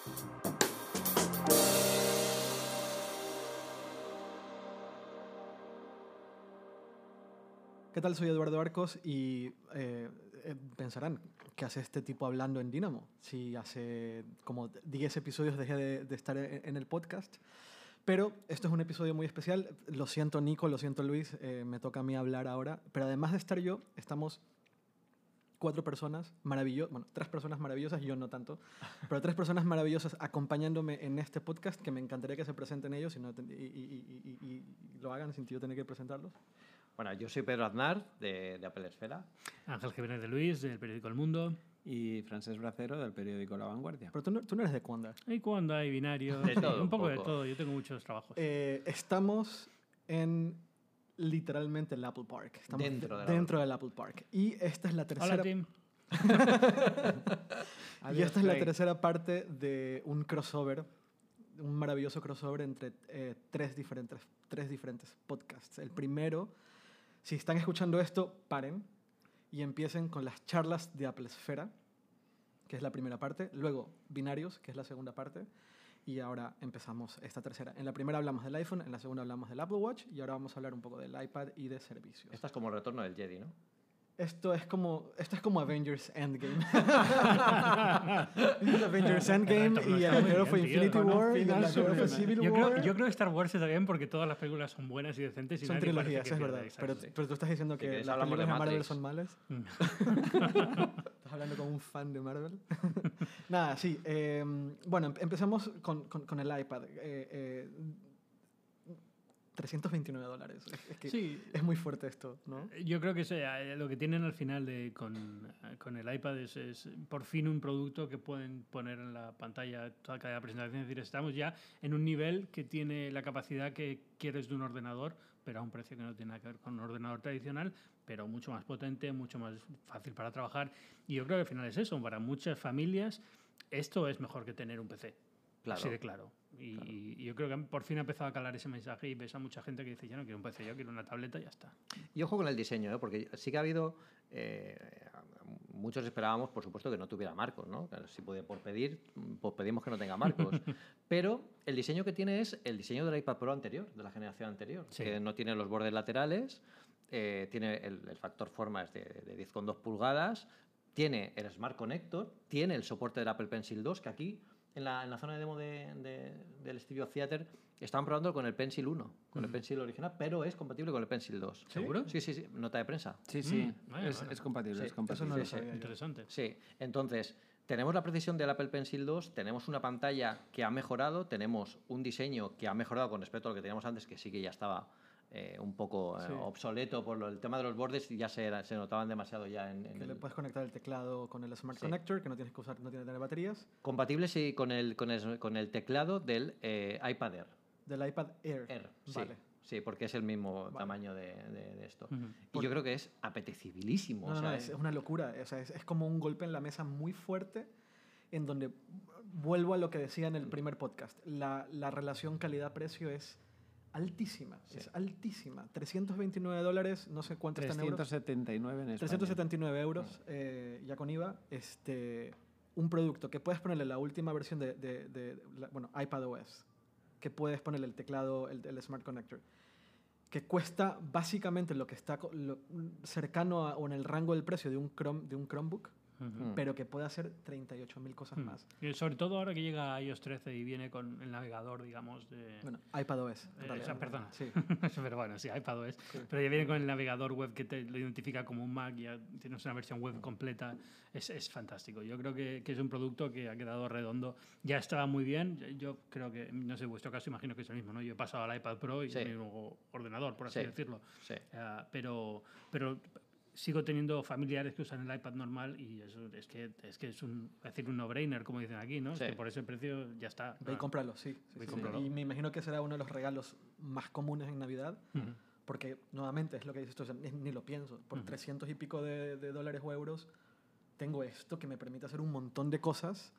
¿Qué tal? Soy Eduardo Arcos y pensarán, ¿qué hace este tipo hablando en Dynamo? Si hace como 10 episodios dejé de estar en el podcast. Pero esto es un episodio muy especial. Lo siento, Nico, lo siento, Luis, me toca a mí hablar ahora. Pero además de estar yo, estamos 4 personas maravillosas, bueno, 3 personas maravillosas, yo no tanto, pero 3 personas maravillosas acompañándome en este podcast que me encantaría que se presenten ellos y lo hagan sin yo tener que presentarlos. Bueno, yo soy Pedro Aznar, de Apple Esfera. Ángel Jiménez de Luis, del periódico El Mundo. Y Francesc Bracero, del periódico La Vanguardia. Pero tú no eres de Cuanda. Hay Cuanda, hay binario. De todo, un poco de poco. todo. Yo tengo muchos trabajos. Estamos en literalmente el Apple Park. Estamos Dentro del Apple Park. Y esta es la tercera... Hola, Tim. Y esta es la tercera parte de un crossover, un maravilloso crossover entre 3 diferentes podcasts. El primero, si están escuchando esto, paren y empiecen con las charlas de Apple Esfera, que es la primera parte. Luego, Binarios, que es la segunda parte. Y ahora empezamos esta tercera. En la primera hablamos del iPhone, en la segunda hablamos del Apple Watch y ahora vamos a hablar un poco del iPad y de servicios. Esta es como el retorno del Jedi, ¿no? Esto es como Avengers Endgame. Avengers Endgame y el anterior fue Infinity War y el anterior fue Civil War. Yo creo que Star Wars está bien porque todas las películas son buenas y decentes. Y Son nadie parece trilogías, que es pierde, verdad. exacto. Pero tú estás diciendo que quieres las hablamos películas de de Marvel Matrix. son malas. Estás hablando como un fan de Marvel. Nada, sí. Bueno, empezamos con el iPad. $329. Es que Sí. es muy fuerte esto, ¿no? Yo creo que lo que tienen al final con el iPad es por fin un producto que pueden poner en la pantalla toda cada presentación. Es decir, estamos ya en un nivel que tiene la capacidad que quieres de un ordenador, pero a un precio que no tiene nada que ver con un ordenador tradicional, pero mucho más potente, mucho más fácil para trabajar. Y yo creo que al final es eso. Para muchas familias esto es mejor que tener un PC. Claro. Así de claro. Y yo creo que por fin ha empezado a calar ese mensaje y ves a mucha gente que dice, yo no quiero un PC, yo quiero una tableta y ya está. Y ojo con el diseño, ¿eh? Porque sí que ha habido... muchos esperábamos, por supuesto, que no tuviera marcos, ¿no? Que si puede por pedir, pues pedimos que no tenga marcos. Pero el diseño que tiene es el diseño del iPad Pro anterior, de la generación anterior. Sí. Que no tiene los bordes laterales, tiene el factor forma es de 10,2 pulgadas, tiene el Smart Connector, tiene el soporte del Apple Pencil 2, que aquí... En la zona de demo del Studio Theater estaban probando con el Pencil 1, con el Pencil original, pero es compatible con el Pencil 2. ¿Seguro? Sí, nota de prensa. Sí, vaya, es compatible. Sí, es compatible. eso no lo Sí, sabía yo. Interesante. Sí, entonces tenemos la precisión del Apple Pencil 2, tenemos una pantalla que ha mejorado, tenemos un diseño que ha mejorado con respecto a lo que teníamos antes, que sí que ya estaba un poco obsoleto por el tema de los bordes y ya se notaban demasiado ya en Que le puedes conectar el teclado con el Smart Connector, que no tienes que usar, no tiene que tener baterías. compatible sí con el teclado del iPad Air. Del iPad Air. Vale. Sí, porque es el mismo tamaño de esto. Ujú. Y yo creo que es apetecibilísimo. No, o sea, es una locura. O sea, es como un golpe en la mesa muy fuerte en donde vuelvo a lo que decía en el primer podcast. La relación calidad-precio es altísima. Sí. Es altísima. $329, no sé cuánto está en euros. 379 en España. 379 euros, ya con IVA. Un producto que puedes ponerle la última versión bueno, iPadOS, que puedes ponerle el teclado, el Smart Connector, que cuesta básicamente lo que está cercano o en el rango del precio de un Chromebook, pero que puede hacer 38.000 cosas más. Y sobre todo ahora que llega iOS 13 y viene con el navegador, digamos, de... Bueno, iPadOS. en o realidad. sea, perdona. Sí. Pero bueno, sí, iPadOS. Pero ya viene con el navegador web que te lo identifica como un Mac, ya tienes una versión web completa. Es fantástico. Yo creo que es un producto que ha quedado redondo. Ya estaba muy bien. Yo creo que, no sé, en vuestro caso imagino que es lo mismo, ¿no? Yo he pasado al iPad Pro y Sí. es mi nuevo ordenador, por así Sí. decirlo. Sí. Pero sigo teniendo familiares que usan el iPad normal y eso es que es un no-brainer, como dicen aquí, ¿no? Sí. Es que por ese precio ya está. Ve y cómpralo, sí. Ve y cómpralo. Y me imagino que será uno de los regalos más comunes en Navidad, porque nuevamente es lo que dices tú, o sea, ni lo pienso. Por 300 y pico de dólares o euros, tengo esto que me permite hacer un montón de cosas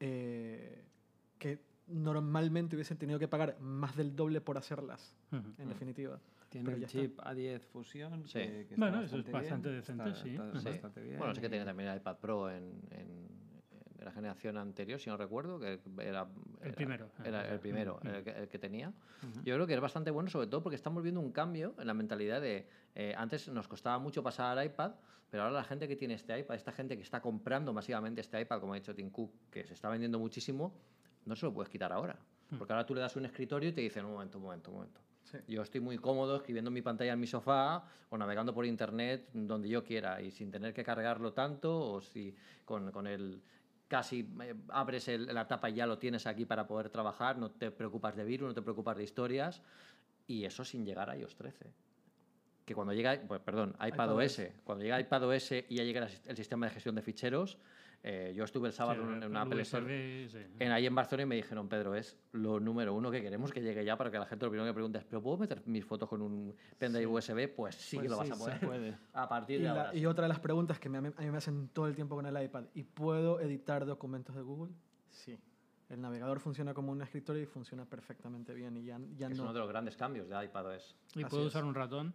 que normalmente hubiesen tenido que pagar más del doble por hacerlas, en definitiva. Tiene Pero el ya chip A10 Fusion. Sí. Que Bueno, está eso es bastante decente, sí. Está Sí. bastante bien. Bueno, sí que tiene también el iPad Pro en la generación anterior, si no recuerdo, que era El primero. Era el primero, el que tenía. Yo creo que es bastante bueno, sobre todo porque estamos viendo un cambio en la mentalidad de... antes nos costaba mucho pasar al iPad, pero ahora la gente que tiene este iPad, esta gente que está comprando masivamente este iPad, como ha dicho Tim Cook, que se está vendiendo muchísimo, no se lo puedes quitar ahora. Porque ahora tú le das un escritorio y te dicen, un momento. Sí. Yo estoy muy cómodo escribiendo en mi pantalla en mi sofá o navegando por internet donde yo quiera y sin tener que cargarlo tanto, o si con el casi abres la tapa y ya lo tienes aquí para poder trabajar, no te preocupas de virus, no te preocupas de historias, y eso sin llegar a iOS 13. Que cuando llega, iPadOS, cuando llega iPadOS y ya llega el sistema de gestión de ficheros, yo estuve el sábado en una Apple Store ahí en Barcelona y me dijeron, Pedro, es lo número 1 que queremos que llegue ya, para que la gente lo primero que pregunta es, ¿pero puedo meter mis fotos con un pendrive USB? Pues sí que lo vas a poder. puede. A partir de ahora. Y otra de las preguntas que a mí me hacen todo el tiempo con el iPad, ¿y puedo editar documentos de Google? Sí. El navegador funciona como un escritorio y funciona perfectamente bien. Y ya Es no... uno de los grandes cambios de iPadOS. ¿Y Así puedo es. usar un ratón?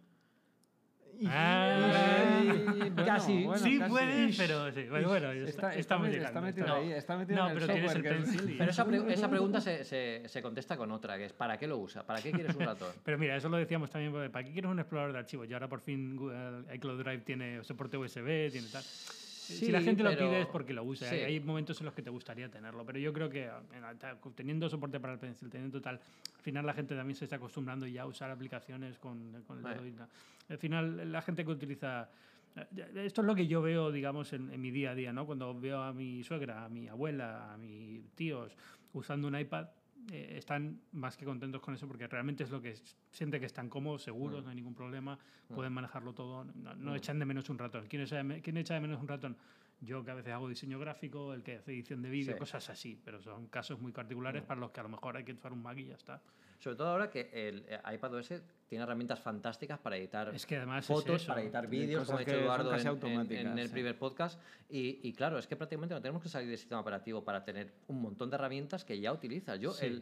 Casi. Sí, casi. puedes, pero sí. Bueno, está muy está metido no, ahí, está metido no, en el pero tienes software. el que es- pencil. Pero esa pregunta se contesta con otra, que es ¿para qué lo usa? ¿Para qué quieres un ratón? Pero mira, eso lo decíamos también, porque ¿para qué quieres un explorador de archivos? Y ahora por fin Google iCloud Drive tiene soporte USB, tiene tal. Si la gente lo pide es porque lo usa. Sí. Hay momentos en los que te gustaría tenerlo, pero yo creo que teniendo soporte para el pencil, teniendo tal, al final la gente también se está acostumbrando ya a usar aplicaciones con el dedo y tal. Al final la gente que utiliza... Esto es lo que yo veo, digamos, en mi día a día, ¿no? Cuando veo a mi suegra, a mi abuela, a mis tíos usando un iPad, están más que contentos con eso porque realmente es lo que siente que están cómodos, seguros, no hay ningún problema, pueden manejarlo todo, no echan de menos un ratón. ¿Quién echa de menos un ratón? Yo, que a veces hago diseño gráfico, el que hace edición de vídeo, Sí. cosas así, pero son casos muy particulares para los que a lo mejor hay que usar un Mac y ya está. Sobre todo ahora que el iPadOS tiene herramientas fantásticas para editar Es que además es fotos, eso. para editar Hay vídeos, como ha cosas dicho que son Eduardo casi en automáticas, el sí. primer podcast. Y claro, es que prácticamente no tenemos que salir del sistema operativo para tener un montón de herramientas que ya utilizas. Yo, Sí.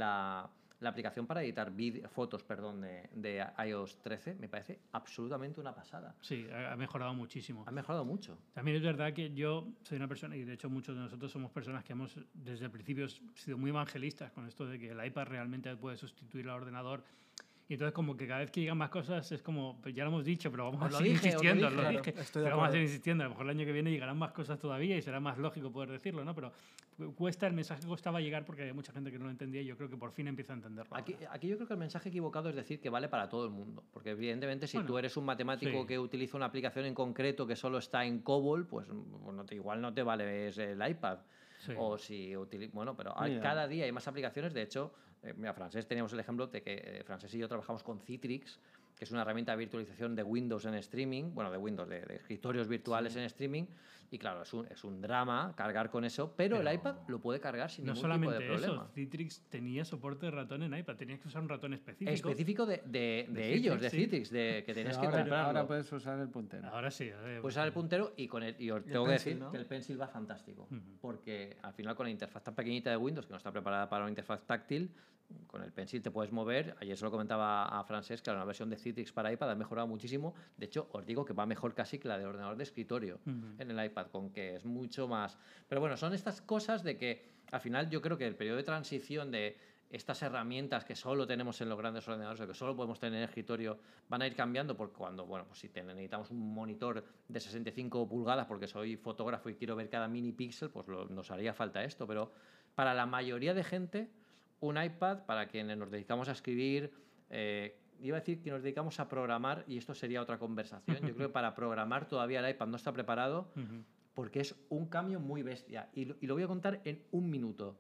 la aplicación para editar fotos de iOS 13 me parece absolutamente una pasada. Sí, ha mejorado muchísimo. Ha mejorado mucho. También es verdad que yo soy una persona, y de hecho muchos de nosotros somos personas que hemos desde el principio sido muy evangelistas con esto de que el iPad realmente puede sustituir al ordenador. Y entonces como que cada vez que llegan más cosas es como, pues ya lo hemos dicho, pero vamos Os a lo seguir dije, os lo insistiendo. dije. Lo Claro, dije, estoy de pero vamos a acuerdo. seguir insistiendo. A lo mejor el año que viene llegarán más cosas todavía y será más lógico poder decirlo, ¿no? Pero el mensaje costaba llegar porque había mucha gente que no lo entendía y yo creo que por fin empieza a entenderlo. Aquí yo creo que el mensaje equivocado es decir que vale para todo el mundo. Porque evidentemente si Bueno, tú eres un matemático sí. que utiliza una aplicación en concreto que solo está en COBOL, pues igual no te vale el iPad. Sí. O si bueno, pero Mira. cada día hay más aplicaciones. De hecho, mira, Francés, teníamos el ejemplo de que Francés y yo trabajamos con Citrix, que es una herramienta de virtualización de Windows en streaming, bueno, de Windows, de escritorios virtuales en streaming. Y claro, es un drama cargar con eso, pero el iPad lo puede cargar sin No ningún tipo de solamente problema. eso, Citrix tenía soporte de ratón en iPad, tenías que usar un ratón específico. Específico de ellos, de Citrix, Citrix, que tenías que Pero comprarlo. ahora puedes usar el puntero. Ahora sí. Puedes usar el puntero y y os el tengo que pencil, decir ¿no? que el pencil va fantástico. Ujú. Porque al final con la interfaz tan pequeñita de Windows, que no está preparada para una interfaz táctil, con el pencil te puedes mover. Ayer se lo comentaba a Francesc, que la versión de Citrix para iPad ha mejorado muchísimo. De hecho, os digo que va mejor casi que la de ordenador de escritorio en el iPad, con que es mucho más... Pero bueno, son estas cosas de que al final yo creo que el periodo de transición de estas herramientas que solo tenemos en los grandes ordenadores o que solo podemos tener en el escritorio van a ir cambiando porque cuando, bueno, pues si necesitamos un monitor de 65 pulgadas porque soy fotógrafo y quiero ver cada mini píxel, pues nos haría falta esto. Pero para la mayoría de gente, un iPad, para quienes nos dedicamos a escribir, iba a decir que nos dedicamos a programar y esto sería otra conversación. Yo creo que para programar todavía el iPad no está preparado porque es un cambio muy bestia. Y lo voy a contar en un minuto.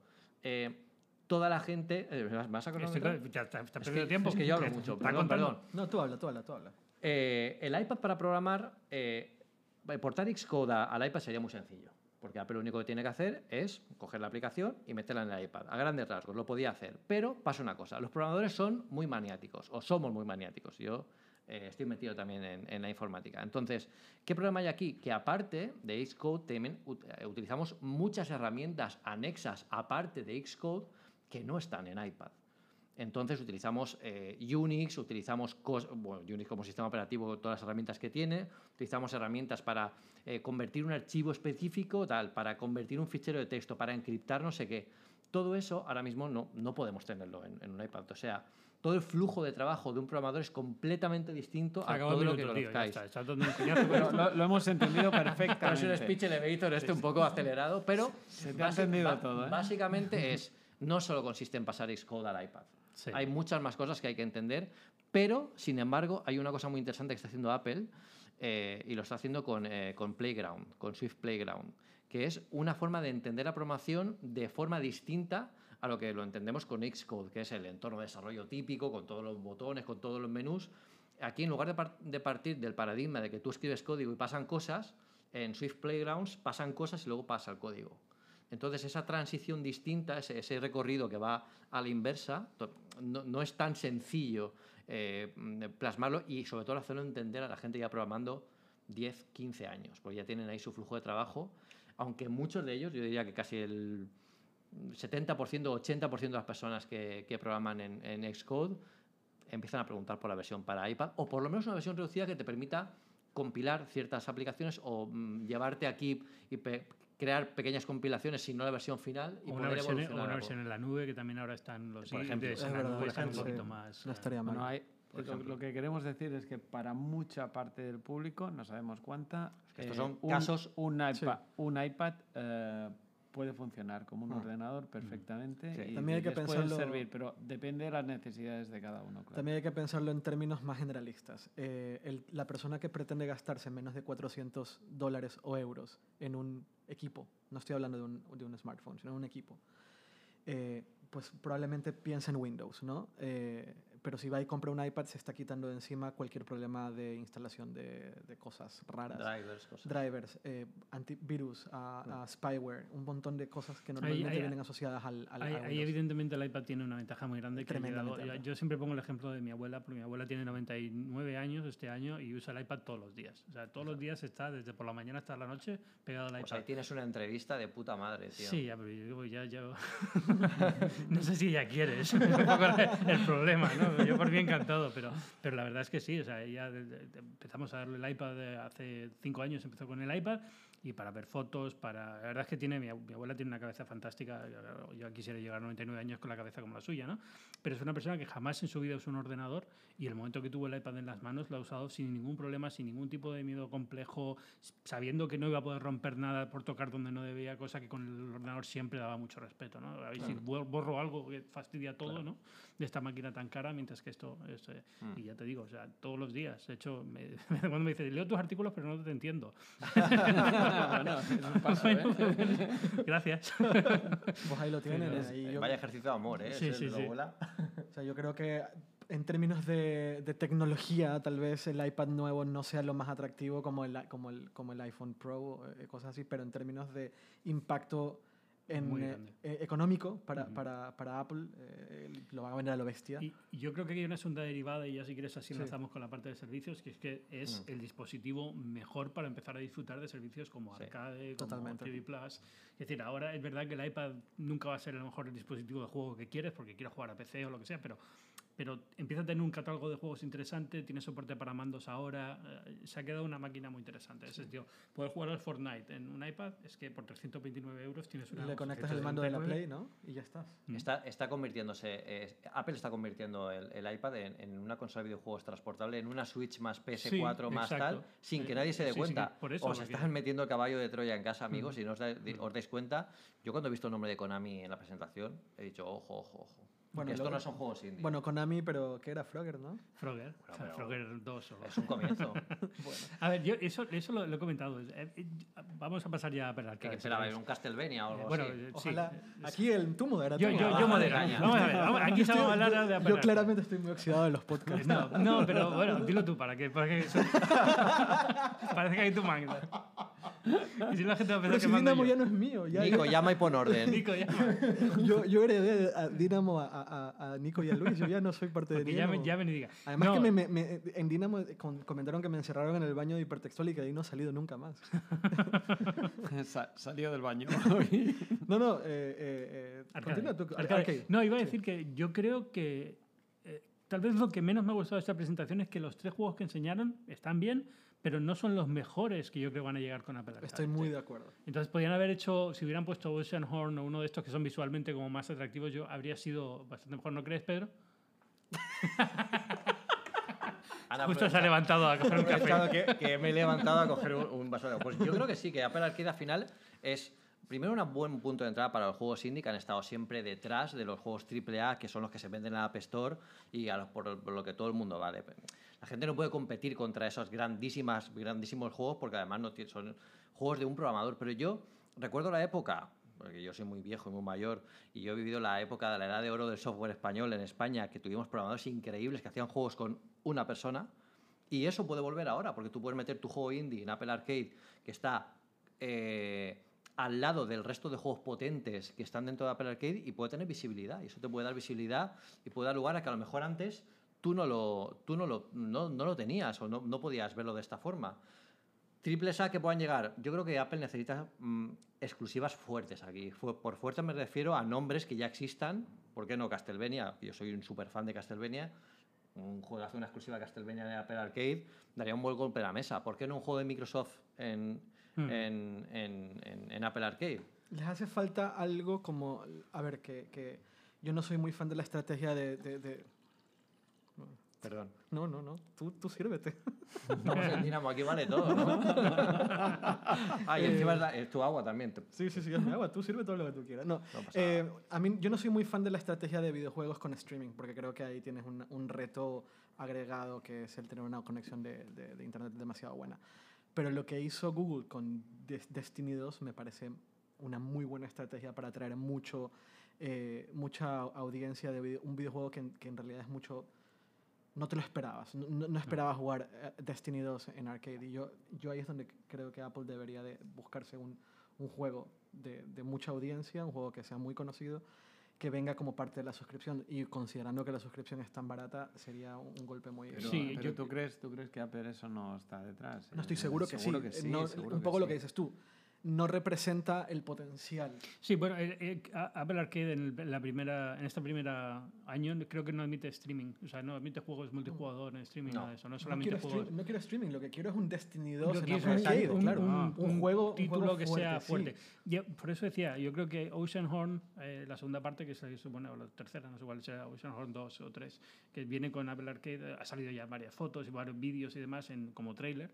Toda la gente... ¿me vas a cronometrar? Ya está Es perdiendo que- tiempo. es que yo hablo mucho. Está Perdón, contando. perdón. No, tú habla. El iPad para programar, portar Xcode al iPad sería muy sencillo. Porque Apple lo único que tiene que hacer es coger la aplicación y meterla en el iPad. A grandes rasgos, lo podía hacer. Pero pasa una cosa, los programadores son muy maniáticos, o somos muy maniáticos. Yo estoy metido también en la informática. Entonces, ¿qué problema hay aquí? Que aparte de Xcode también utilizamos muchas herramientas anexas aparte de Xcode que no están en iPad. Entonces utilizamos Unix, utilizamos Unix como sistema operativo, todas las herramientas que tiene, utilizamos herramientas para convertir un archivo específico, para convertir un fichero de texto, para encriptar no sé qué. Todo eso ahora mismo no podemos tenerlo en un iPad. O sea, todo el flujo de trabajo de un programador es completamente distinto a todo lo que conozcáis. Lo hemos entendido perfectamente. Es un speech elevator un poco acelerado, pero se te ha entendido todo, ¿eh? Básicamente no solo consiste en pasar Xcode al iPad. Sí. Hay muchas más cosas que hay que entender, pero, sin embargo, hay una cosa muy interesante que está haciendo Apple y lo está haciendo con Playground, con Swift Playground, que es una forma de entender la programación de forma distinta a lo que lo entendemos con Xcode, que es el entorno de desarrollo típico, con todos los botones, con todos los menús. Aquí, en lugar de partir del paradigma de que tú escribes código y pasan cosas, en Swift Playgrounds pasan cosas y luego pasa el código. Entonces, esa transición distinta, ese recorrido que va a la inversa, no es tan sencillo plasmarlo y, sobre todo, hacerlo entender a la gente ya programando 10, 15 años, porque ya tienen ahí su flujo de trabajo, aunque muchos de ellos, yo diría que casi el 70%, 80% de las personas que programan en Xcode empiezan a preguntar por la versión para iPad, o por lo menos una versión reducida que te permita compilar ciertas aplicaciones o llevarte aquí y crear pequeñas compilaciones, si no la versión final, y una poder versión, evolucionar. una versión en la nube, que también ahora están los Por ejemplo, IDEs es en la verdad, nube, están un sí. poquito más... No estaría mal. Bueno, lo que queremos decir es que para mucha parte del público, no sabemos cuánta, estos son casos... un iPad puede funcionar como un ordenador perfectamente Sí. y También hay que les puede pensarlo- servir, pero depende de las necesidades de cada uno. Claro. También hay que pensarlo en términos más generalistas. La persona que pretende gastarse menos de $400 o euros en un equipo, no estoy hablando de un smartphone, sino de un equipo, pues probablemente piensa en Windows, ¿no? Pero si va y compra un iPad, se está quitando de encima cualquier problema de instalación de cosas raras. Drivers, cosas. Drivers, antivirus, spyware, un montón de cosas que normalmente vienen asociadas al Ahí Windows. evidentemente el iPad tiene una ventaja muy grande. Que Tremendamente grande. yo siempre pongo el ejemplo de mi abuela, porque mi abuela tiene 99 años este año y usa el iPad todos los días. O sea, todos los días está, desde por la mañana hasta la noche, pegado al iPad. Pues ahí tienes una entrevista de puta madre, tío. Sí, ya, pero yo no sé si ella quiere, es un poco el problema, ¿no? Yo por mí encantado, pero la verdad es que sí, o sea, ella empezamos a darle el iPad hace 5 años, empezó con el iPad y para ver fotos, la verdad es que mi abuela tiene una cabeza fantástica, yo quisiera llegar a 99 años con la cabeza como la suya, ¿no? Pero es una persona que jamás en su vida usó un ordenador y el momento que tuvo el iPad en las manos lo ha usado sin ningún problema, sin ningún tipo de miedo complejo, sabiendo que no iba a poder romper nada por tocar donde no debía, cosa que con el ordenador siempre daba mucho respeto, ¿no? A ver si borro algo que fastidia todo, ¿no? De esta máquina tan cara, mientras que esto es... Y ya te digo, o sea, todos los días, de hecho, cuando me dice, leo tus artículos pero no te entiendo. Bueno, es un paso, ¿eh? Gracias. Pues ahí lo tienen. Ahí Vaya ejercicio de amor, ¿eh? Sí, Ese sí, de la sí. abuela. O sea, yo creo que en términos de tecnología, tal vez el iPad nuevo no sea lo más atractivo como el iPhone Pro, cosas así, pero en términos de impacto Muy grande. económico para Apple, lo van a vender a lo bestia. Y yo creo que hay una segunda derivada, y ya si quieres así Sí. enlazamos con la parte de servicios, que es el dispositivo mejor para empezar a disfrutar de servicios como Sí. Arcade, como Totalmente. 3D Plus. Es decir, ahora es verdad que el iPad nunca va a ser a lo mejor el dispositivo de juego que quieres, porque quieres jugar a PC o lo que sea, pero empieza a tener un catálogo de juegos interesante, tiene soporte para mandos ahora, se ha quedado una máquina muy interesante. Ese tío, poder jugar al Fortnite en un iPad es que por 329 euros tienes una... Le conectas el mando de la Play, ¿no? Y ya estás. Está convirtiéndose, Apple está convirtiendo el iPad en una consola de videojuegos transportable, en una Switch más PS4 Sí, más exacto. tal, sin que nadie se dé Sí, cuenta. sí, por eso, Os porque- están metiendo el caballo de Troya en casa, amigos, y no os dais cuenta. Yo cuando he visto el nombre de Konami en la presentación, he dicho, ojo, ojo, ojo. Bueno, Que esto luego- no son juegos indie. Bueno, Konami, pero ¿qué era? Frogger, ¿no? Frogger, pero- Frogger 2 o... Es un comienzo. A ver, yo eso lo he comentado. Vamos a pasar ya a ver que arcades. esperaba ver un Castlevania o algo Bueno, así. Ojalá. sí. Aquí tú moderas. Yo modero. caña. Vamos a ver, aquí estamos hablando de Yo Apple claramente estoy muy oxidado de los podcasts. No, pero bueno, dilo tú, para que parece que hay tu manga. Y si la gente va a Pero pensar si que mando Dynamo yo. ya no es mío. Ya, Nico, llama y pon orden. Nico, ya. yo heredé a Dynamo a Nico y a Luis. Yo ya no soy parte de Porque Dynamo. llamen y digan. Además No, que en Dynamo comentaron que me encerraron en el baño de hipertextual y que de ahí no he salido nunca más. Salió del baño. No, Arcade. continúa tú. Arcade. Arcade. No, iba a decir que yo creo que tal vez lo que menos me ha gustado de esta presentación es que los 3 juegos que enseñaron están bien, pero no son los mejores que yo creo van a llegar con Apple Arcade. Estoy muy de acuerdo. Entonces podrían haber hecho, si hubieran puesto Oceanhorn o uno de estos que son visualmente como más atractivos, yo habría sido bastante mejor, ¿no crees, Pedro? Ana, Justo pero se ha levantado a coger un he aprovechado café. que me he levantado a coger un vaso de agua. Pues yo creo que sí, que Apple Arcade al final es primero un buen punto de entrada para los juegos indie que han estado siempre detrás de los juegos AAA, que son los que se venden en la App Store y por lo que todo el mundo va. La gente no puede competir contra esos grandísimos juegos porque además son juegos de un programador. Pero yo recuerdo la época, porque yo soy muy viejo y muy mayor, y yo he vivido la época de la edad de oro del software español en España, que tuvimos programadores increíbles que hacían juegos con una persona, y eso puede volver ahora, porque tú puedes meter tu juego indie en Apple Arcade, que está al lado del resto de juegos potentes que están dentro de Apple Arcade, y puede tener visibilidad, y eso te puede dar visibilidad y puede dar lugar a que a lo mejor antes tú no lo tenías o no podías verlo de esta forma. Triples A que puedan llegar. Yo creo que Apple necesita exclusivas fuertes aquí. Por fuerte me refiero a nombres que ya existan. ¿Por qué no Castlevania? Yo soy un súper fan de Castlevania. Un juegazo, una exclusiva Castlevania de Apple Arcade daría un buen golpe a la mesa. ¿Por qué no un juego de Microsoft en Apple Arcade? Les hace falta algo como... A ver, que yo no soy muy fan de la estrategia de... Perdón. No. Tú sírvete. Estamos en Dynamo, aquí vale todo, ¿no? Y encima es tu agua también. Sí, es mi agua. Tú sirve todo lo que tú quieras. No, pasa nada. a mí, yo no soy muy fan de la estrategia de videojuegos con streaming, porque creo que ahí tienes un reto agregado que es el tener una conexión de internet demasiado buena. Pero lo que hizo Google con Destiny 2 me parece una muy buena estrategia para atraer mucha audiencia de un videojuego que en realidad es mucho... No te lo esperabas. No esperabas jugar Destiny 2 en arcade. Y yo ahí es donde creo que Apple debería de buscarse un juego de mucha audiencia, un juego que sea muy conocido, que venga como parte de la suscripción. Y considerando que la suscripción es tan barata, sería un golpe muy... Pero ¿tú crees que Apple eso no está detrás? No, estoy seguro que sí. Seguro un poco que lo sí. que dices tú. No representa el potencial. Sí, bueno, Apple Arcade en esta primera año creo que no admite streaming. O sea, no admite juegos multijugador en streaming, nada de eso. No solamente juegos... No quiero streaming, lo que quiero es un Destiny 2 en quiero Apple Arcade, claro. un juego título que sea fuerte. Sí. Por eso decía, yo creo que Oceanhorn, la segunda parte, que es bueno, la tercera, no sé cuál sea, Oceanhorn 2 o 3, que viene con Apple Arcade, ha salido ya varias fotos y varios vídeos y demás como tráiler.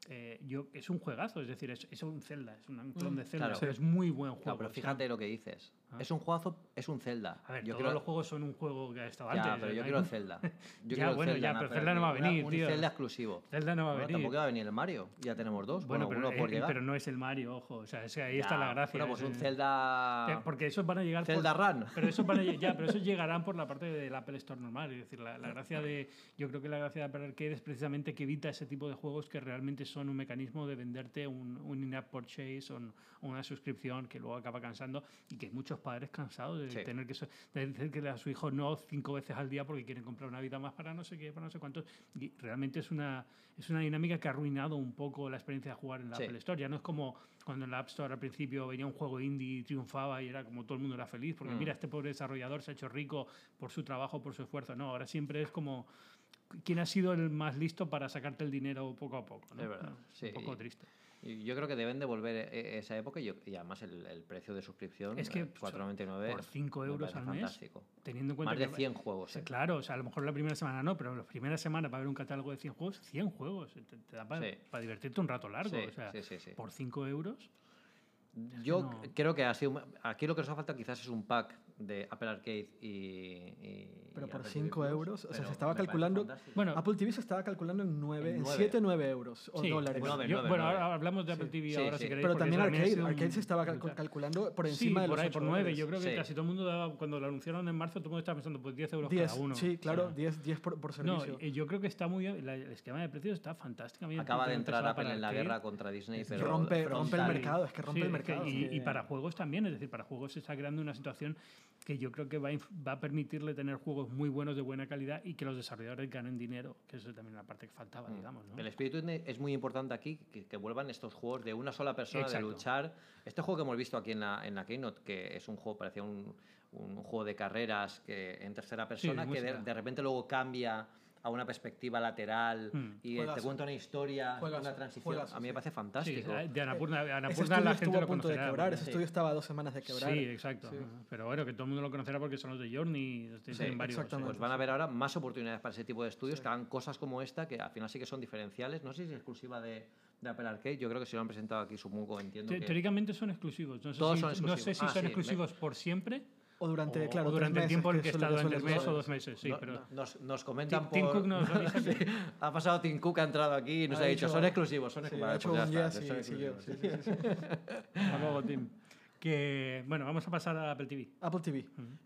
Es un juegazo, es decir, es un Zelda, es un clon de Zelda, claro. pero es muy buen juego. Claro, pero fíjate lo que dices. Es un juegazo, es un Zelda. A ver, yo todos los juegos son un juego que ha estado antes. Pero yo quiero el Zelda. Pero Zelda no va a venir, un tío. Zelda exclusivo. Zelda no va a venir. Tampoco va a venir el Mario. Ya tenemos dos. Bueno, uno por llegar. pero no es el Mario, ojo. O sea, ahí está la gracia. Bueno, pues un Zelda... Porque esos van a llegar Zelda Run. Pero esos llegarán por la parte del Apple Store normal. Es decir, la gracia yo creo que la gracia de Apple Arcade es precisamente que evita ese tipo de juegos que realmente son un mecanismo de venderte un in-app purchase o una suscripción que luego acaba cansando y que hay muchos padres cansados de tener que decirle a su hijo no 5 veces al día porque quieren comprar una vida más para no sé qué, para no sé cuántos. Y realmente es una dinámica que ha arruinado un poco la experiencia de jugar en la Apple Store. Ya no es como cuando en la App Store al principio venía un juego indie y triunfaba y era como todo el mundo era feliz porque mira, este pobre desarrollador se ha hecho rico por su trabajo, por su esfuerzo. No, ahora siempre es como quién ha sido el más listo para sacarte el dinero poco a poco, ¿no? Es verdad, Un poco triste. Y yo creo que deben devolver esa época y además el precio de suscripción, es que 4,99 por 5 euros al mes, fantástico. teniendo en cuenta más de que 100 juegos. Claro, o sea, a lo mejor la primera semana no, pero la primera semana para ver un catálogo de 100 juegos te da para divertirte un rato largo. Sí, o sea, sí. por 5 euros. Yo no- creo que ha sido... Aquí lo que nos ha faltado quizás es un pack de Apple Arcade Pero y por Apple 5 TV Plus, euros, o sea, pero se estaba me parece calculando... fantástico. Bueno, Apple TV se estaba calculando en 9, En en 9. 7, 9 euros o sí, dólares. bueno, Nueve, yo- nueve, bueno, nueve. ahora hablamos de Apple TV Sí, ahora sí. si queréis. Pero porque también eso ha Arcade, sido un- Arcade se estaba brutal. calculando por Sí, encima de por los ahí, 8 por 9. Yo dólares. creo que Sí. casi todo el mundo daba, cuando lo anunciaron en marzo, todo el mundo estaba pensando, pues 10 euros 10, cada uno. sí, claro, O sea, 10 por no, servicio. yo creo que está muy bien, el esquema de precios está fantásticamente Acaba de entrar pensado Apple para en la Arcade. guerra contra Disney, Es pero rompe el frontal. mercado, es que rompe Sí, el es que- mercado. y para juegos también, es decir, para juegos se está creando una situación que yo creo que va a permitirle tener juegos muy buenos de buena calidad y que los desarrolladores ganen dinero, que eso es también la parte que faltaba, digamos. ¿no? El espíritu es muy importante aquí, que vuelvan estos juegos de una sola persona, Exacto. de luchar. Este juego que hemos visto aquí en la Keynote, que es un juego, parecía un juego de carreras que, en tercera persona, muy que similar. de repente luego cambia a una perspectiva lateral y te Juegazo. cuenta una historia, Juegazo, una transición. juegazo, A mí me sí. parece Sí, fantástico. de Annapurna, Ese Annapurna estudio la estuvo gente a lo punto de conocerá. quebrar, porque- ese estudio estaba a 2 semanas de quebrar. Sí, exacto. Sí. Pero bueno, que todo el mundo lo conocerá porque son los de Journey, tienen varios. exactamente. Pues van a haber ahora más oportunidades para ese tipo de estudios Sí. que hagan cosas como esta, que al final sí que son diferenciales. No sé si es exclusiva de Apple Arcade. Yo creo que si lo han presentado aquí, supongo, entiendo que... Teóricamente son exclusivos. No sé Todos si, son No exclusivos. sé si Ah, son sí, exclusivos por siempre O durante, o, claro, o durante 3 el tiempo en el que meses, he estado suele entre un mes ser. o 2 meses. Sí, No- pero nos comentan Tim por... Cook nos avisa que- Ha pasado Tim Cook, ha entrado aquí y nos Ha ha dicho, dicho- son exclusivos, son Sí, exclusivos. ha hecho Pues un ya yes está, y son siguió. exclusivos. Sí, sí, sí. Hasta luego, Tim. que, bueno, vamos a pasar a Apple TV. Apple TV.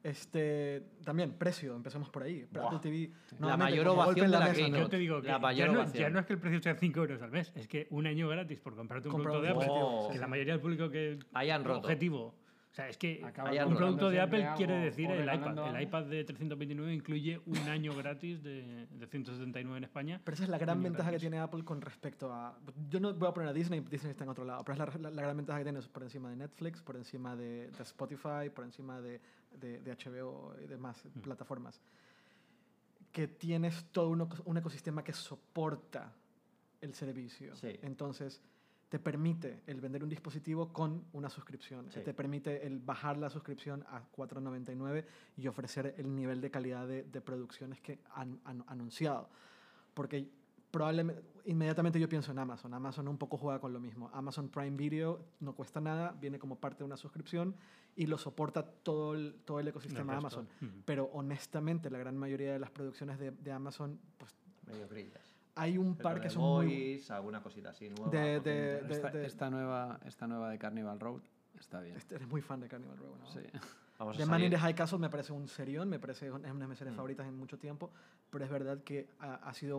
También, precio, empecemos por ahí. Buah. Apple TV, La nuevamente, mayor como golpe ovación en de la mesa, ¿no? Keynote. Yo te digo que La mayor ya ovación. no es que el precio sea 5 euros al mes, es que un año gratis por comprarte un Comprar producto un de Apple, dispositivo, que sí, la sí. mayoría del público que Hayan roto. objetivo. O sea, es que Acaba Hay un algo. producto de siempre Apple quiere algo decir o el iPad. regalando El algo. iPad de 329 incluye un año gratis de 179 en España. Pero esa es la gran Año ventaja que gratis. tiene Apple con respecto a... Yo no voy a poner a Disney, Disney está en otro lado, pero es la gran ventaja que tiene por encima de Netflix, por encima de Spotify, por encima de HBO y demás plataformas. Que tienes todo un ecosistema que soporta el servicio. Sí. Entonces, te permite el vender un dispositivo con una suscripción. Sí. Te permite el bajar la suscripción a $4.99 y ofrecer el nivel de calidad de producciones que han anunciado. Porque probablemente, inmediatamente yo pienso en Amazon. Amazon un poco juega con lo mismo. Amazon Prime Video no cuesta nada, viene como parte de una suscripción y lo soporta todo el ecosistema de El resto. Amazon. Ujú. Pero honestamente, la gran mayoría de las producciones de Amazon, pues Medio brillas. hay un Pero par de que son muy... Boys, alguna cosita así nueva. de- potente. Esta nueva de Carnival Road está bien. Eres muy fan de Carnival Row, ¿no? Sí. Vamos a The Man in salir. the High Castle me parece un serión, me parece es una de mis series favoritas en mucho tiempo, pero es verdad que ha sido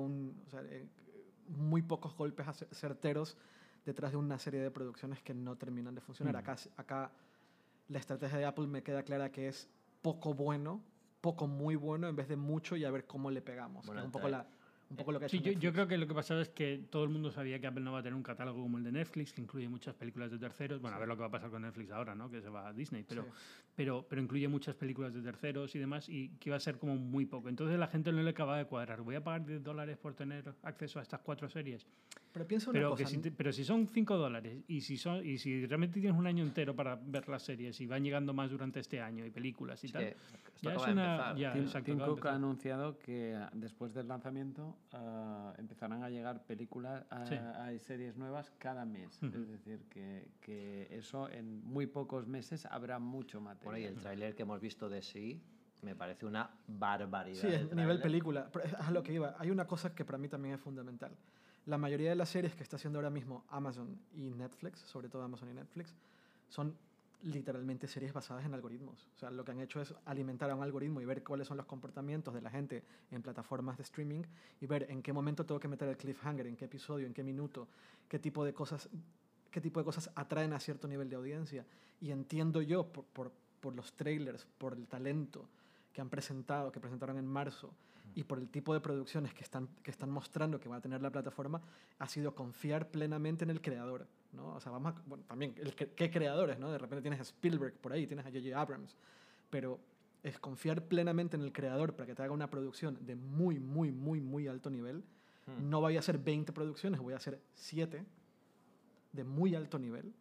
muy pocos golpes certeros detrás de una serie de producciones que no terminan de funcionar. Acá la estrategia de Apple me queda clara que es poco bueno, poco muy bueno, en vez de mucho y a ver cómo le pegamos. Bueno, que es trae- un poco lo que ha Sí, hecho yo Netflix. creo que lo que pasaba es que todo el mundo sabía que Apple no va a tener un catálogo como el de Netflix, que incluye muchas películas de terceros. Bueno, a ver lo que va a pasar con Netflix ahora, ¿no? Que se va a Disney, pero, Sí. pero incluye muchas películas de terceros y demás, y que iba a ser como muy poco. Entonces la gente no le acababa de cuadrar. Voy a pagar $10 por tener acceso a estas 4 series. Pero piensa una Pero, cosa, pero si son $5 y si realmente tienes un año entero para ver las series y van llegando más durante este año y películas y Es tal, que esto ya acaba es de una... empezar. ya, exacto, Tim acaba de Cook ha empezar. anunciado que después del lanzamiento empezarán a llegar películas, Sí. hay series nuevas cada mes. Ujú. Es decir, que eso en muy pocos meses habrá mucho material. Por ahí el tráiler que hemos visto de sí me parece una barbaridad. Sí, de es nivel tráiler. película. Pero es a lo que iba. Hay una cosa que para mí también es fundamental. La mayoría de las series que está haciendo ahora mismo Amazon y Netflix, sobre todo Amazon y Netflix, son literalmente series basadas en algoritmos. O sea, lo que han hecho es alimentar a un algoritmo y ver cuáles son los comportamientos de la gente en plataformas de streaming y ver en qué momento tengo que meter el cliffhanger, en qué episodio, en qué minuto, qué tipo de cosas atraen a cierto nivel de audiencia. Y entiendo yo, por los trailers, por el talento que presentaron en marzo, y por el tipo de producciones que están mostrando que va a tener la plataforma, ha sido confiar plenamente en el creador, ¿no? O sea, bueno, también, ¿qué creadores, no? De repente tienes a Spielberg por ahí, tienes a J.J. Abrams, pero es confiar plenamente en el creador para que te haga una producción de muy, muy, muy, muy alto nivel. No voy a hacer 20 producciones, voy a hacer 7 de muy alto nivel,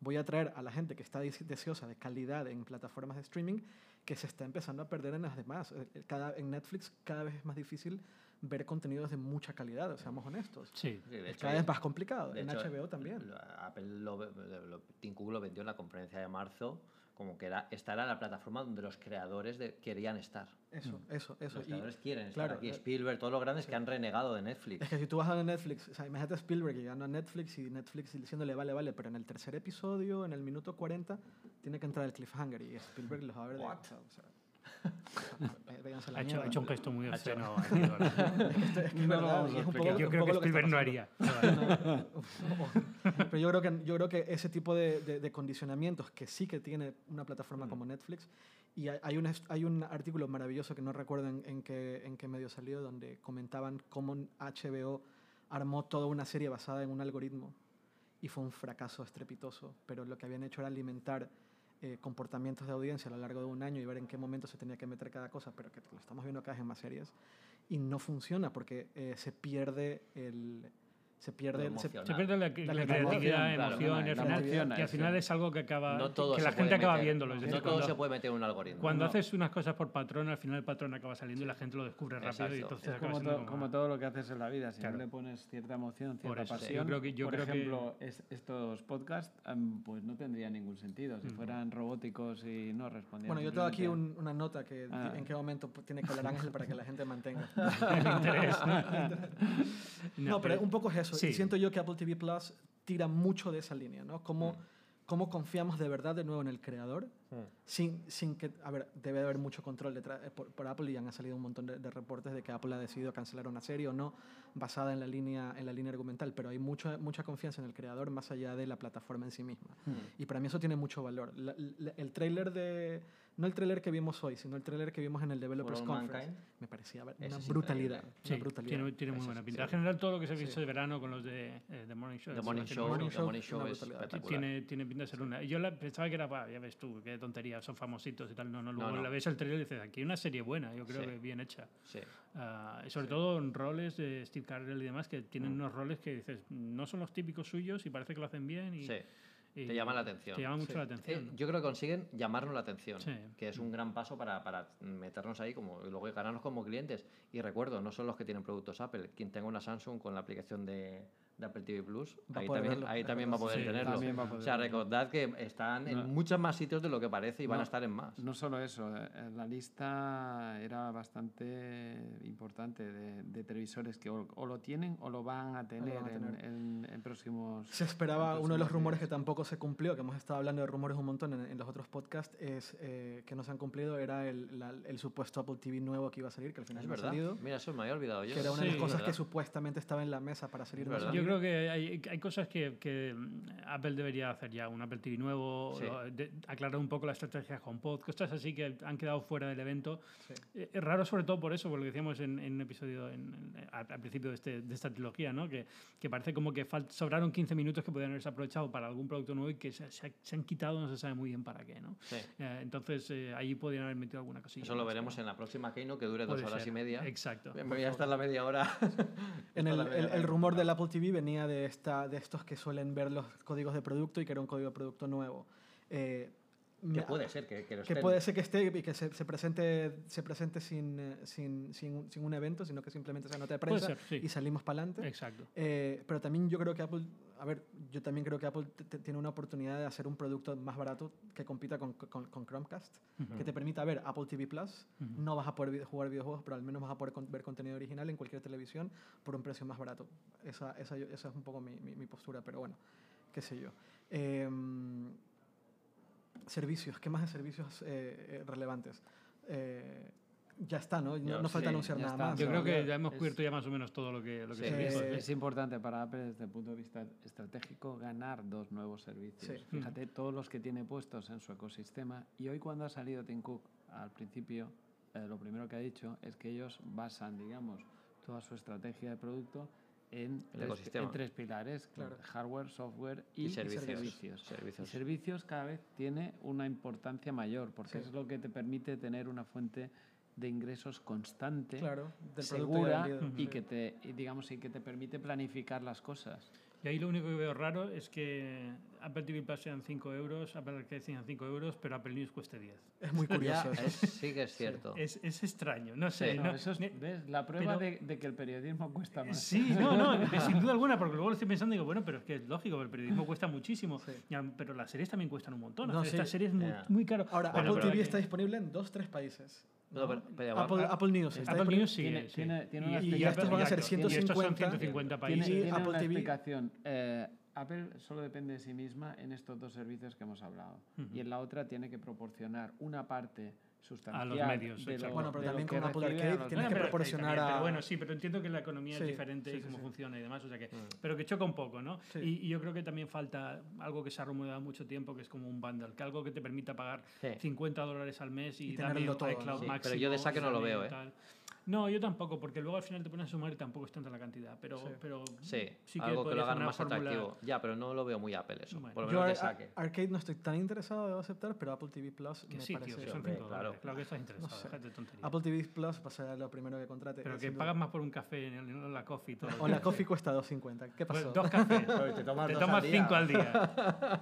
voy a atraer a la gente que está deseosa de calidad en plataformas de streaming que se está empezando a perder en las demás. En Netflix cada vez es más difícil ver contenidos de mucha calidad, seamos honestos. Sí. Sí, de Es hecho, cada vez más complicado. de En hecho, HBO también. Apple Tim Cook lo vendió en la conferencia de marzo como que esta era la plataforma donde los creadores querían estar. Eso. Los creadores quieren estar claro, aquí. Spielberg, todos los grandes que han renegado de Netflix. Es que si tú vas a Netflix, o sea, imagínate a Spielberg llegando a Netflix y Netflix diciéndole vale, pero en el tercer episodio, en el minuto 40, tiene que entrar el cliffhanger y Spielberg los va a ver de... What? O sea, véanse la Ha hecho mierda. un gesto muy Ha hecho- obsceno. Es que es verdad, y es un poco- Yo un creo poco que lo que está Spielberg no pasando. haría. Pero yo creo que ese tipo de condicionamientos que sí que tiene una plataforma como Netflix, y hay un artículo maravilloso que no recuerdo en qué medio salió, donde comentaban cómo HBO armó toda una serie basada en un algoritmo y fue un fracaso estrepitoso, pero lo que habían hecho era alimentar comportamientos de audiencia a lo largo de un año y ver en qué momento se tenía que meter cada cosa, pero que lo estamos viendo cada vez en más series, y no funciona porque se pierde Se pierde la creatividad, claro, emoción, y al final, que al final es algo que acaba No todo que se la gente puede acaba meter- viéndolo. Es No decir, todo cuando- se puede meter en un algoritmo. Cuando haces unas cosas por patrón, al final el patrón acaba saliendo y la gente lo descubre rápido y Exacto. entonces Es acaba como, siendo como todo lo que haces en la vida. Si Claro. no le pones cierta emoción, Por cierta eso, sí. pasión, Yo por creo que- ejemplo, estos podcasts, pues no tendrían ningún sentido. Si fueran robóticos y no respondieran. Bueno, yo tengo aquí simplemente- una nota que Ah. en qué momento tiene que hablar Ángel para que la gente mantenga. el interés. No, pero un poco es eso. sí. Y siento yo que Apple TV Plus tira mucho de esa línea, ¿no? Cómo confiamos de verdad de nuevo en el creador, sin que... A ver, debe haber mucho control detrás por Apple y han salido un montón de reportes de que Apple ha decidido cancelar una serie o no basada en la línea argumental, pero hay mucha confianza en el creador más allá de la plataforma en sí misma. Y para mí eso tiene mucho valor. El tráiler de... No el tráiler que vimos hoy, sino el tráiler que vimos en el Developers For All Conference. Mankind. Me parecía Ese una es brutalidad. increíble. Sí, Una brutalidad. tiene muy buena pinta. sí. En general, todo lo que se ha visto Sí. de verano con los de The Morning Show. The es Morning decir, Show, Morning The Show, Morning Show una es brutalidad. espectacular. tiene pinta de ser una. Yo pensaba que era, ya ves tú, qué tontería, son famositos y tal. No, luego No. la ves el trailer y dices, aquí hay una serie buena, yo creo Sí. que bien hecha. Sí. Sobre todo en roles de Steve Carell y demás, que tienen unos roles que dices, no son los típicos suyos y parece que lo hacen bien. Y, Sí. y Te llama la atención. Te llama mucho Sí. la atención. Yo creo que consiguen llamarnos la atención, Sí. que es un gran paso para meternos ahí y luego ganarnos como clientes. Y recuerdo, no son los que tienen productos Apple. Quien tenga una Samsung con la aplicación de Apple TV Plus, Va a ahí poder también, verlo, ahí es también va a verdad. poder Sí, tenerlo. también va a poder O sea, verlo. recordad que están No. en muchos más sitios de lo que parece y van No. a estar en más. No solo eso, la lista era bastante importante de televisores que o lo tienen o lo van a tener, van a tener. en próximos. Se esperaba, en uno de los próximos rumores que días. tampoco se cumplió, que hemos estado hablando de rumores un montón en los otros podcasts, es que no se han cumplido, era el supuesto Apple TV nuevo que iba a salir, que al final Es no ha verdad. salido, Mira, eso me había olvidado yo. que era una de las Sí. cosas ¿Verdad? que supuestamente estaba en la mesa para salir. Es no ha verdad. Yo salido. creo que hay cosas que Apple debería hacer ya, un Apple TV nuevo, Sí. aclarar un poco la estrategia HomePod, cosas así que han quedado fuera del evento. Sí. Es raro sobre todo por eso, por lo que decíamos en un episodio al principio de esta trilogía, ¿no? que parece como que sobraron 15 minutos que podrían haberse aprovechado para algún producto nuevo y que se han quitado, no se sabe muy bien para qué. ¿no? Sí. Entonces ahí podrían haber metido alguna cosilla. Eso lo más, veremos pero en la próxima Keynote, que dure 2 puede horas ser. y media. Exacto. Me voy a estar la media hora. El rumor del Apple TV venía de estos que suelen ver los códigos de producto y que era un código de producto nuevo. Que puede ser que lo Que estén. puede ser que esté y que se presente sin un evento, sino que simplemente sea nota de Puede prensa ser, sí. y salimos para adelante. Exacto. Pero también yo creo que Apple, yo también creo que Apple tiene una oportunidad de hacer un producto más barato que compita con Chromecast, que te permita ver Apple TV Plus. No vas a poder jugar videojuegos, pero al menos vas a poder ver contenido original en cualquier televisión por un precio más barato. Esa es un poco mi postura, pero bueno, qué sé yo. Servicios, ¿qué más de servicios relevantes? Ya está, ¿no? No falta sí, anunciar ya nada está. más. Yo ¿no? creo que ya hemos es- cubierto ya más o menos todo lo que Sí. se dijo. Es importante para Apple desde el punto de vista estratégico ganar 2 nuevos servicios. Sí. Fíjate todos los que tiene puestos en su ecosistema y hoy cuando ha salido Tim Cook al principio, lo primero que ha dicho es que ellos basan, digamos, toda su estrategia de producto en ecosistema. tres pilares, Claro. hardware, software y, Y servicios. servicios. Servicios. Y servicios cada vez tiene una importancia mayor porque Sí. es lo que te permite tener una fuente de ingresos constante, Claro, del producto ya segura vendido. y Sí. que te permite planificar las cosas. Y ahí lo único que veo raro es que Apple TV Plus sean 5 euros, Apple Arcade sean 5 euros, pero Apple News cueste 10. Es muy curioso eso. Sí que es cierto. Es extraño, no sé. Sí. no- Eso es, ni- ¿ves? La prueba pero- de que el periodismo cuesta más. Sí, no, sin duda alguna, porque luego lo estoy pensando y digo, bueno, pero es que es lógico, el periodismo cuesta muchísimo, Sí. Ya, pero las series también cuestan un montón. No, Hacer sí. estas series es muy, Ya. muy caro. Ahora, Bueno, Apple pero TV aquí- está disponible en 2-3 países. No, ¿no? pero Apple News está Apple disponible. News sigue, Tiene- sí. tiene una Y explicación. estos van a ser exacto, y estos son 150 150 Tiene, países. y tiene Apple una TV. explicación. Apple solo depende de sí misma en estos dos servicios que hemos hablado. Y en la otra tiene que proporcionar una parte sustancial medios, de exacto. lo, Bueno, pero de lo también que con Apple recibe Arcade a los tienes que medios. proporcionar también, a- pero bueno, sí, pero entiendo que la economía Sí, es diferente sí, y cómo sí. funciona y demás, o sea que, pero que choca un poco, ¿no? Sí. Y yo creo que también falta algo que se ha rumoreado mucho tiempo, que es como un bundle, que algo que te permita pagar Sí. $50 al mes y, Y también tenerlo todo, iCloud ¿no? Sí, máximo. pero yo de saque y no lo también veo, ¿eh? tal. No, yo tampoco, porque luego al final te pones a sumar y tampoco es tanta la cantidad, pero Sí, sí algo que podría lo ser hagan una más fórmula- atractivo. Ya, pero no lo veo muy Apple eso. Bueno. Por lo Yo menos de saque. Arcade no estoy tan interesado, debo aceptar, pero Apple TV Plus Que me sí, parece... tío, que son hombre, $5. claro. Claro que estás interesado, No sé. déjate de tonterías. Apple TV Plus va a ser lo primero que contrate. Pero que sin duda. pagas más por un café en la coffee y todo. O la coffee cuesta $2.50. ¿Qué Pues pasó? 2 cafés. Te tomas Te dos tomas al día. 5 al día.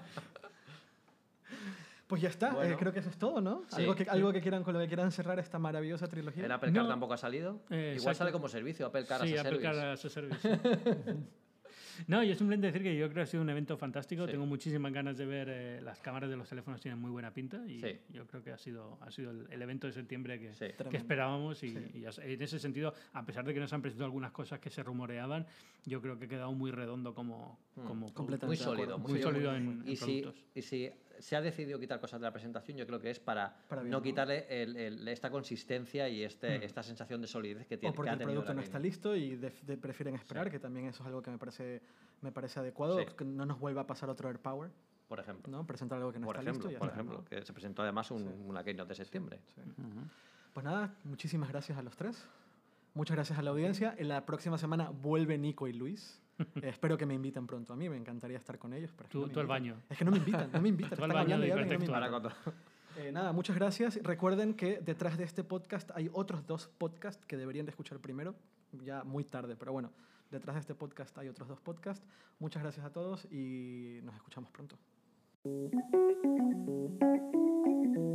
Pues ya está, Bueno. creo que eso es todo, ¿no? Sí. Algo que quieran, con lo que quieran cerrar esta maravillosa trilogía. ¿En Apple Car No. tampoco ha salido? Igual Exacto. sale como servicio, Apple Car Sí, as a Apple Service. Car as a Service. No, yo simplemente decir que yo creo que ha sido un evento fantástico. Sí. Tengo muchísimas ganas de ver. Las cámaras de los teléfonos tienen muy buena pinta y Sí. yo creo que ha sido el evento de septiembre que, Sí. que Tremendo. esperábamos y, Sí. y en ese sentido, a pesar de que nos han presentado algunas cosas que se rumoreaban, yo creo que ha quedado muy redondo como Completamente Muy de sólido, acuerdo. muy Sí, sólido muy en, bueno. en Y si, productos. y si se ha decidido quitar cosas de la presentación, yo creo que es para Para bien, no ¿no? quitarle esta consistencia y esta sensación de solidez que tiene. O porque que ha el tenido producto la no está Game. listo y prefieren esperar, que también eso es algo que me parece adecuado, Sí. que no nos vuelva a pasar otro AirPower, Por ejemplo. ¿no? Presentar algo que no Por está ejemplo, listo y ya por está, ejemplo, ¿no? que se presentó además una Keynote de septiembre. Sí. Pues nada, muchísimas gracias a los tres. Muchas gracias a la audiencia. En la próxima semana vuelve Nico y Luis. Espero que me inviten pronto a mí, me encantaría estar con ellos. Pero es que no me Tú al invitan. baño. Es que no me invitan, no me invitan. Tú al Están baño hablando de y hablan y no me hipertextual. invitan. Ahora cuando- Nada, muchas gracias. Recuerden que detrás de este podcast hay otros 2 podcasts que deberían de escuchar primero, ya muy tarde, pero bueno, detrás de este podcast hay otros 2 podcasts. Muchas gracias a todos y nos escuchamos pronto.